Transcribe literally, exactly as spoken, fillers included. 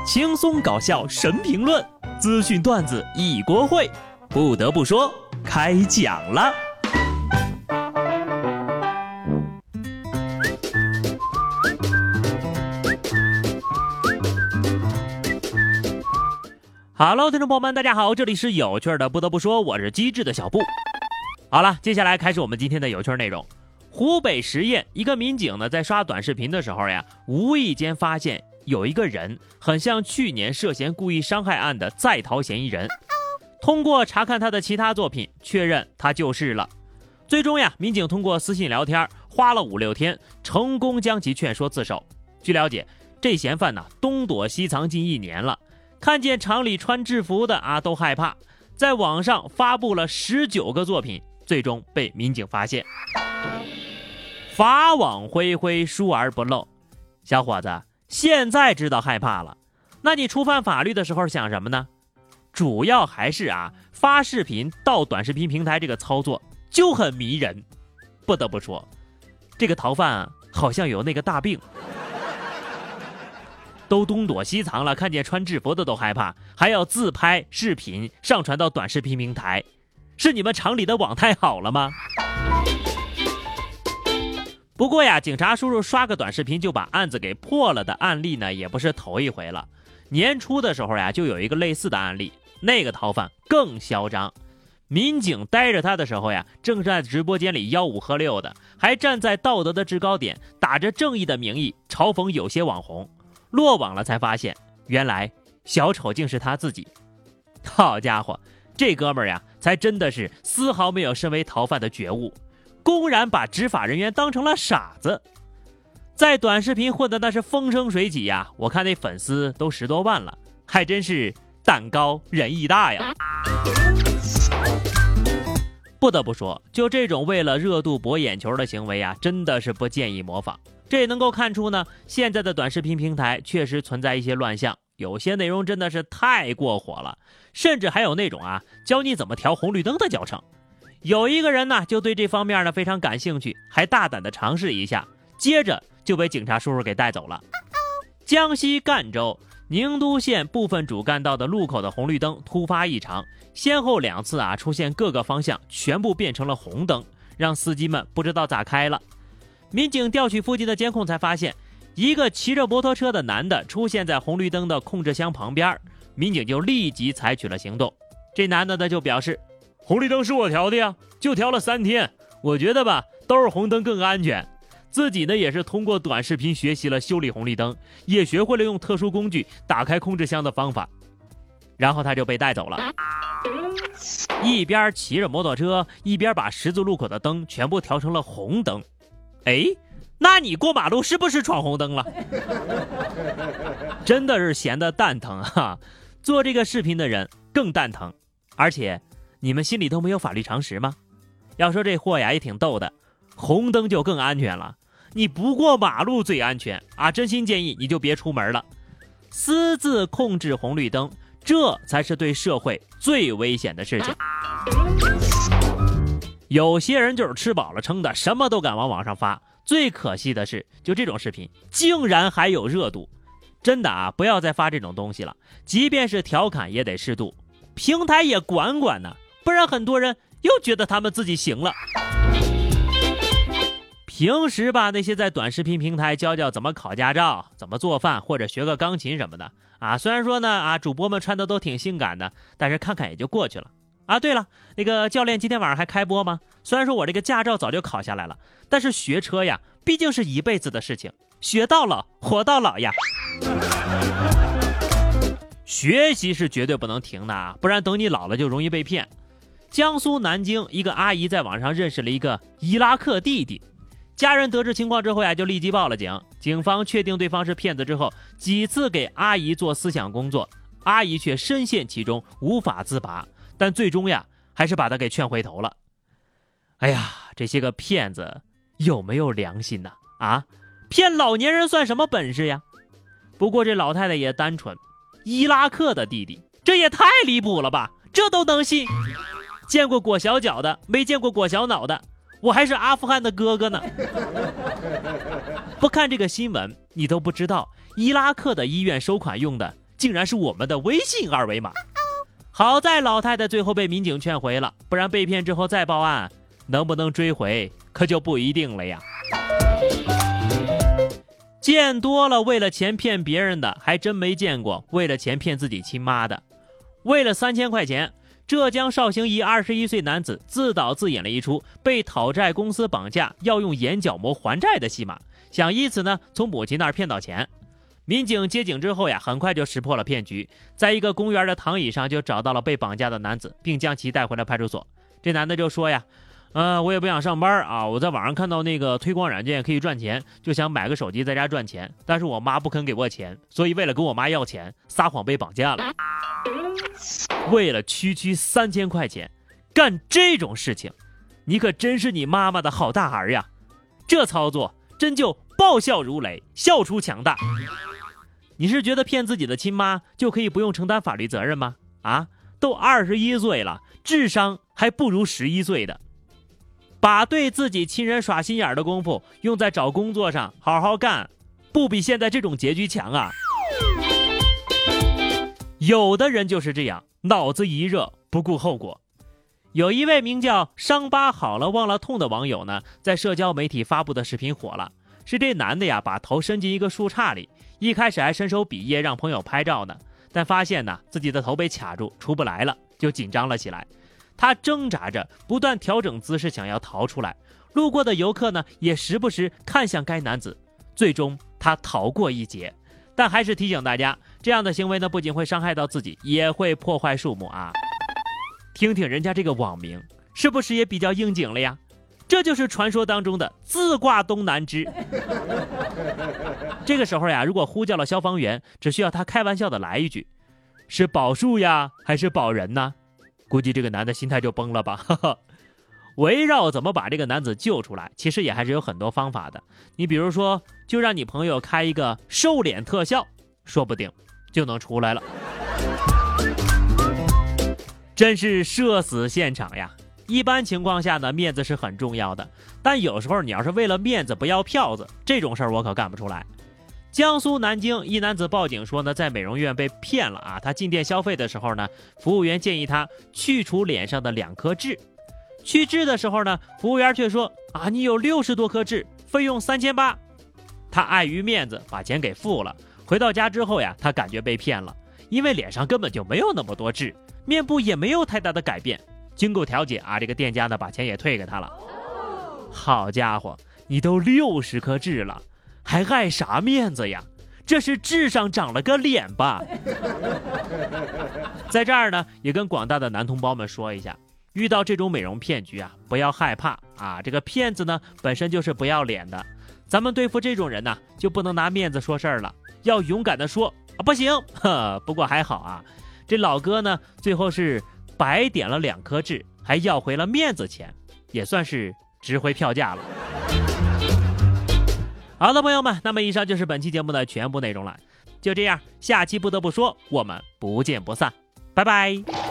轻松搞笑神评论，资讯段子一锅烩。不得不说，开讲了。Hello， 听众朋友们，大家好，这里是有趣的。不得不说，我是机智的小布。好了，接下来开始我们今天的有趣内容。湖北十堰一个民警呢，在刷短视频的时候呀，无意间发现有一个人很像去年涉嫌故意伤害案的在逃嫌疑人。通过查看他的其他作品，确认他就是了。最终呀，民警通过私信聊天，花了五六天，成功将其劝说自首。据了解，这嫌犯呢，东躲西藏近一年了，看见厂里穿制服的啊，都害怕。在网上发布了十九个作品，最终被民警发现。法网恢恢，疏而不漏。小伙子，现在知道害怕了，那你触犯法律的时候想什么呢？主要还是啊，发视频到短视频平台这个操作就很迷人。不得不说，这个逃犯啊，好像有那个大病，都东躲西藏了，看见穿制服的都害怕，还要自拍视频上传到短视频平台，是你们厂里的网太好了吗？不过呀，警察叔叔刷个短视频就把案子给破了的案例呢，也不是头一回了。年初的时候呀，就有一个类似的案例，那个逃犯更嚣张。民警逮着他的时候呀，正在直播间里吆五喝六的，还站在道德的制高点，打着正义的名义嘲讽有些网红。落网了才发现，原来小丑竟是他自己。好家伙，这哥们儿呀，才真的是丝毫没有身为逃犯的觉悟，公然把执法人员当成了傻子。在短视频混的那是风生水起呀，我看那粉丝都十多万了，还真是胆高仁义大呀。不得不说，就这种为了热度博眼球的行为啊，真的是不建议模仿。这也能够看出呢，现在的短视频平台确实存在一些乱象，有些内容真的是太过火了，甚至还有那种啊教你怎么调红绿灯的教程。有一个人呢，就对这方面呢非常感兴趣，还大胆的尝试一下，接着就被警察叔叔给带走了。江西赣州宁都县部分主干道的路口的红绿灯突发异常，先后两次啊出现各个方向全部变成了红灯，让司机们不知道咋开了。民警调取附近的监控才发现，一个骑着摩托车的男的出现在红绿灯的控制箱旁边，民警就立即采取了行动。这男的呢就表示，红绿灯是我调的呀，就调了三天，我觉得吧都是红灯更安全。自己呢也是通过短视频学习了修理红绿灯，也学会了用特殊工具打开控制箱的方法。然后他就被带走了，一边骑着摩托车，一边把十字路口的灯全部调成了红灯。哎，那你过马路是不是闯红灯了？真的是闲得蛋疼啊！做这个视频的人更蛋疼。而且你们心里都没有法律常识吗？要说这货呀也挺逗的，红灯就更安全了，你不过马路最安全啊！真心建议你就别出门了，私自控制红绿灯，这才是对社会最危险的事情。有些人就是吃饱了撑的，什么都敢往网上发。最可惜的是，就这种视频竟然还有热度。真的啊，不要再发这种东西了，即便是调侃也得适度，平台也管管呢，不然很多人又觉得他们自己行了。平时吧，那些在短视频平台教教怎么考驾照、怎么做饭或者学个钢琴什么的啊，虽然说呢啊，主播们穿的都挺性感的，但是看看也就过去了。啊，对了，那个教练今天晚上还开播吗？虽然说我这个驾照早就考下来了，但是学车呀，毕竟是一辈子的事情，学到老，活到老呀。学习是绝对不能停的啊，不然等你老了就容易被骗。江苏南京一个阿姨在网上认识了一个伊拉克弟弟，家人得知情况之后呀，就立即报了警。警方确定对方是骗子之后，几次给阿姨做思想工作，阿姨却深陷其中，无法自拔。但最终呀，还是把他给劝回头了。哎呀，这些个骗子有没有良心呢？啊，骗老年人算什么本事呀？不过这老太太也单纯，伊拉克的弟弟，这也太离谱了吧？这都能信？见过裹小脚的，没见过裹小脑的，我还是阿富汗的哥哥呢。不看这个新闻，你都不知道伊拉克的医院收款用的竟然是我们的微信二维码。好在老太太最后被民警劝回了，不然被骗之后再报案，能不能追回可就不一定了呀。见多了为了钱骗别人的，还真没见过为了钱骗自己亲妈的。为了三千块钱，浙江绍兴一二十一岁男子自导自演了一出被讨债公司绑架要用眼角膜还债的戏码，想以此呢从母亲那儿骗到钱。民警接警之后呀，很快就识破了骗局，在一个公园的躺椅上就找到了被绑架的男子，并将其带回了派出所。这男的就说呀，呃，我也不想上班啊，我在网上看到那个推广软件可以赚钱，就想买个手机在家赚钱，但是我妈不肯给我钱，所以为了跟我妈要钱，撒谎被绑架了。为了区区三千块钱，干这种事情，你可真是你妈妈的好大儿呀！这操作真就爆笑如雷，笑出强大。你是觉得骗自己的亲妈就可以不用承担法律责任吗？啊，都二十一岁了，智商还不如十一岁的。把对自己亲人耍心眼的功夫用在找工作上，好好干，不比现在这种结局强啊！有的人就是这样，脑子一热不顾后果。有一位名叫伤疤好了忘了痛的网友呢，在社交媒体发布的视频火了。是这男的呀，把头伸进一个树杈里，一开始还伸手比耶让朋友拍照呢，但发现呢自己的头被卡住出不来了，就紧张了起来。他挣扎着不断调整姿势想要逃出来，路过的游客呢也时不时看向该男子，最终他逃过一劫。但还是提醒大家，这样的行为呢不仅会伤害到自己，也会破坏树木啊。听听人家这个网名，是不是也比较应景了呀？这就是传说当中的自挂东南枝。这个时候呀，如果呼叫了消防员，只需要他开玩笑的来一句，是保树呀还是保人呢？估计这个男的心态就崩了吧。围绕怎么把这个男子救出来，其实也还是有很多方法的。你比如说，就让你朋友开一个瘦脸特效，说不定就能出来了。真是社死现场呀！一般情况下呢，面子是很重要的，但有时候你要是为了面子不要票子，这种事儿我可干不出来。江苏南京一男子报警说呢，在美容院被骗了啊！他进店消费的时候呢，服务员建议他去除脸上的两颗痣。去痣的时候呢，服务员却说啊，你有六十多颗痣，费用三千八。他碍于面子把钱给付了。回到家之后呀，他感觉被骗了，因为脸上根本就没有那么多痣，面部也没有太大的改变。经过调解啊，这个店家呢把钱也退给他了。好家伙，你都六十颗痣了，还碍啥面子呀？这是痣上长了个脸吧？在这儿呢，也跟广大的男同胞们说一下，遇到这种美容骗局啊，不要害怕啊！这个骗子呢本身就是不要脸的，咱们对付这种人呢，就不能拿面子说事儿了，要勇敢的说啊，不行。呵，不过还好啊，这老哥呢最后是白点了两颗痣，还要回了面子钱，也算是值回票价了。好的，朋友们，那么以上就是本期节目的全部内容了。就这样，下期不得不说，我们不见不散，拜拜。